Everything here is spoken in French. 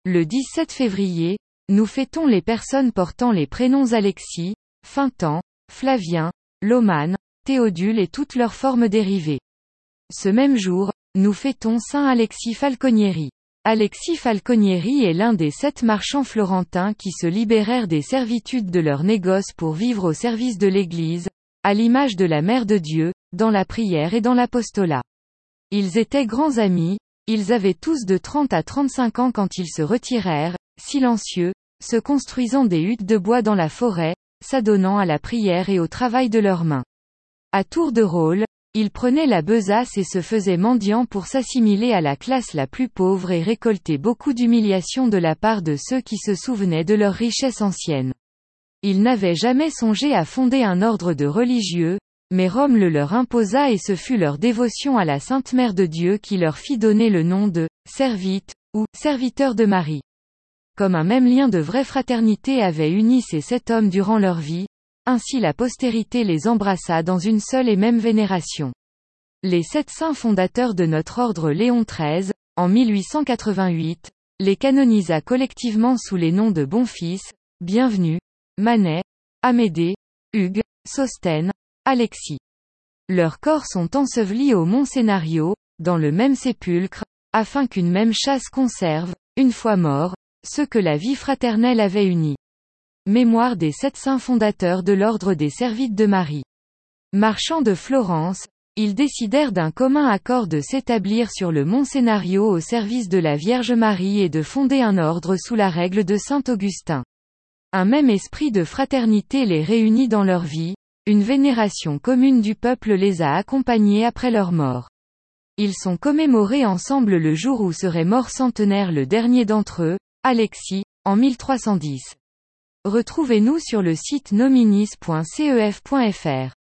Le 17 février, nous fêtons les personnes portant les prénoms Alexis, Fintan, Flavien, Lomane, Théodule et toutes leurs formes dérivées. Ce même jour, nous fêtons Saint Alexis Falconieri. Alexis Falconieri est l'un des 7 marchands florentins qui se libérèrent des servitudes de leur négoce pour vivre au service de l'Église, à l'image de la Mère de Dieu, dans la prière et dans l'apostolat. Ils étaient grands amis, ils avaient tous de 30 à 35 ans quand ils se retirèrent, silencieux, se construisant des huttes de bois dans la forêt, s'adonnant à la prière et au travail de leurs mains. À tour de rôle, ils prenaient la besace et se faisaient mendiants pour s'assimiler à la classe la plus pauvre et récolter beaucoup d'humiliation de la part de ceux qui se souvenaient de leur richesse ancienne. Ils n'avaient jamais songé à fonder un ordre de religieux, mais Rome le leur imposa et ce fut leur dévotion à la Sainte Mère de Dieu qui leur fit donner le nom de « Servite » ou « Serviteur de Marie ». Comme un même lien de vraie fraternité avait uni ces 7 hommes durant leur vie, ainsi la postérité les embrassa dans une seule et même vénération. Les 7 saints fondateurs de notre ordre Léon XIII, en 1888, les canonisa collectivement sous les noms de Bonfils, Bienvenu, Manet, Amédée, Hugues, Sosthène, Alexis. Leurs corps sont ensevelis au Mont Cénario, dans le même sépulcre, afin qu'une même chasse conserve, une fois morts, ceux que la vie fraternelle avait unis. Mémoire des 7 saints fondateurs de l'ordre des Servites de Marie. Marchands de Florence, ils décidèrent d'un commun accord de s'établir sur le Mont Cénario au service de la Vierge Marie et de fonder un ordre sous la règle de saint Augustin. Un même esprit de fraternité les réunit dans leur vie, une vénération commune du peuple les a accompagnés après leur mort. Ils sont commémorés ensemble le jour où serait mort centenaire le dernier d'entre eux, Alexis, en 1310. Retrouvez-nous sur le site nominis.cef.fr.